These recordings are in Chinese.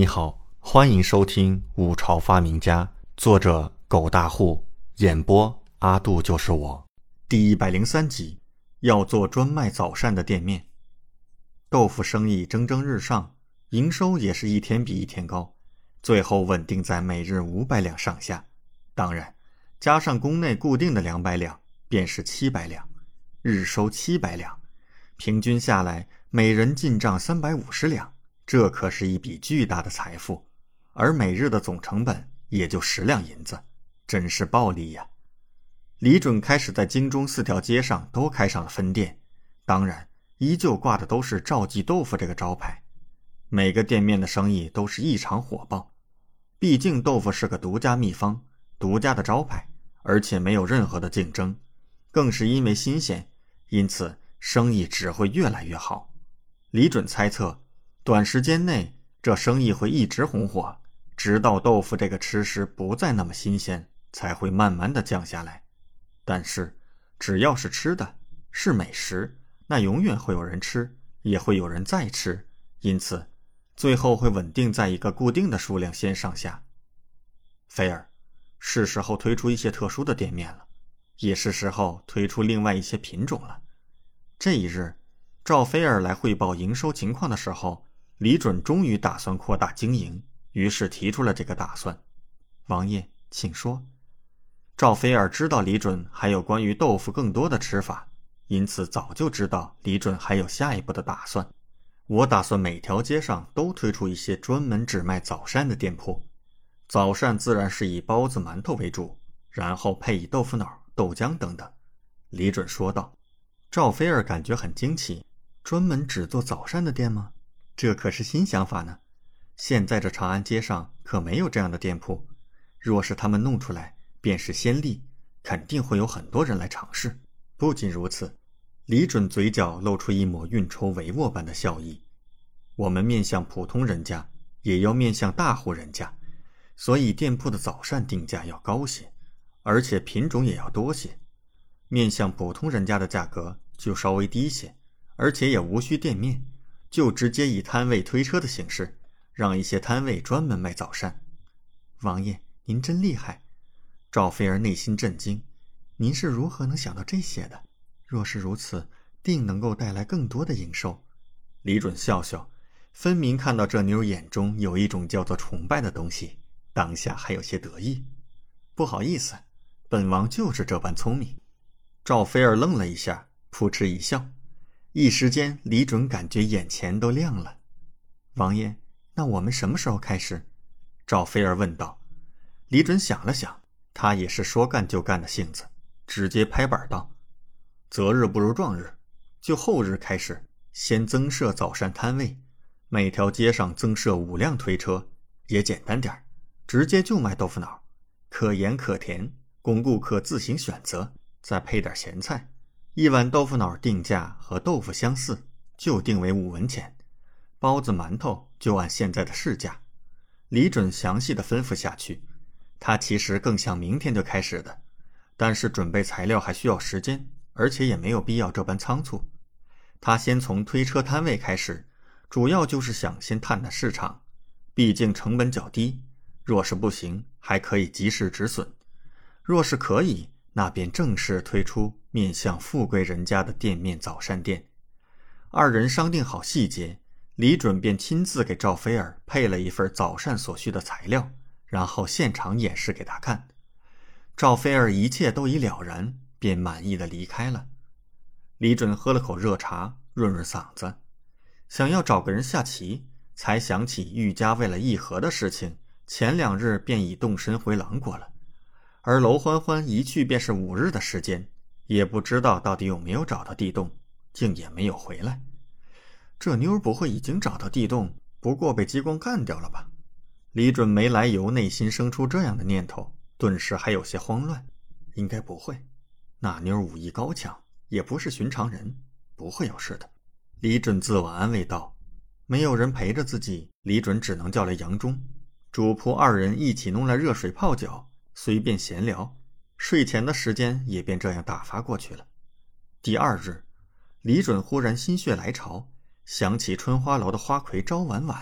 你好，欢迎收听《五朝发明家》，作者狗大户，演播阿杜就是我。第103集，要做专卖早膳的店面。豆腐生意蒸蒸日上，营收也是一天比一天高，最后稳定在每日500两上下。当然，加上宫内固定的200两，便是700两，日收700两，平均下来每人进账350两。这可是一笔巨大的财富，而每日的总成本也就10两银子，真是暴利呀。李准开始在京中4条街上都开上了分店，当然依旧挂的都是赵记豆腐这个招牌。每个店面的生意都是异常火爆，毕竟豆腐是个独家秘方，独家的招牌，而且没有任何的竞争，更是因为新鲜，因此生意只会越来越好。李准猜测短时间内这生意会一直红火，直到豆腐这个吃食不再那么新鲜，才会慢慢的降下来。但是只要是吃的，是美食，那永远会有人吃，也会有人再吃，因此最后会稳定在一个固定的数量线上下。菲尔，是时候推出一些特殊的店面了，也是时候推出另外一些品种了。这一日，赵菲尔来汇报营收情况的时候，李准终于打算扩大经营，于是提出了这个打算。王爷，请说。赵菲尔知道李准还有关于豆腐更多的吃法，因此早就知道李准还有下一步的打算。我打算每条街上都推出一些专门只卖早膳的店铺，早膳自然是以包子馒头为主，然后配以豆腐脑、豆浆等等。李准说道。赵菲尔感觉很惊奇，专门只做早膳的店吗？这可是新想法呢。现在这长安街上可没有这样的店铺，若是他们弄出来，便是先例，肯定会有很多人来尝试。不仅如此，李准嘴角露出一抹运筹帷幄般的笑意。我们面向普通人家，也要面向大户人家，所以店铺的早膳定价要高些，而且品种也要多些。面向普通人家的价格就稍微低些，而且也无需店面，就直接以摊位推车的形式，让一些摊位专门卖早膳。王爷，您真厉害。赵菲儿内心震惊，您是如何能想到这些的？若是如此，定能够带来更多的营收。李准笑笑，分明看到这妞眼中有一种叫做崇拜的东西，当下还有些得意。不好意思，本王就是这般聪明。赵菲儿愣了一下，扑哧一笑，一时间李准感觉眼前都亮了。王爷，那我们什么时候开始？赵菲儿问道。李准想了想，他也是说干就干的性子，直接拍板道：择日不如撞日，就后日开始，先增设早膳摊位，每条街上增设5辆推车，也简单点，直接就卖豆腐脑，可盐可甜，供顾客自行选择，再配点咸菜。一碗豆腐脑定价和豆腐相似，就定为5文钱，包子馒头就按现在的市价。李准详细的吩咐下去，他其实更想明天就开始的，但是准备材料还需要时间，而且也没有必要这般仓促。他先从推车摊位开始，主要就是想先探探市场，毕竟成本较低，若是不行还可以及时止损，若是可以，那便正式推出面向富贵人家的店面早膳店。二人商定好细节，李准便亲自给赵菲儿配了一份早膳所需的材料，然后现场演示给他看。赵菲儿一切都已了然，便满意的离开了。李准喝了口热茶，润润嗓子，想要找个人下棋，才想起玉家为了议和的事情，前2日便已动身回郎国了，而娄欢欢一去便是5日的时间，也不知道到底有没有找到地洞，竟也没有回来。这妞不会已经找到地洞，不过被激光干掉了吧？李准没来由内心生出这样的念头，顿时还有些慌乱。应该不会，那妞武艺高强，也不是寻常人，不会有事的。李准自我安慰道。没有人陪着自己，李准只能叫来杨忠，主仆2人一起弄来热水泡脚，随便闲聊，睡前的时间也便这样打发过去了。第2日，李准忽然心血来潮，想起春花楼的花魁招婉婉，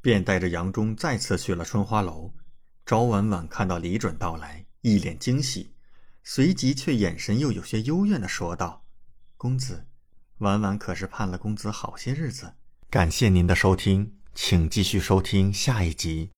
便带着杨忠再次去了春花楼。昭婉婉看到李准到来，一脸惊喜，随即却眼神又有些幽怨地说道：公子，婉婉可是盼了公子好些日子。感谢您的收听，请继续收听下一集。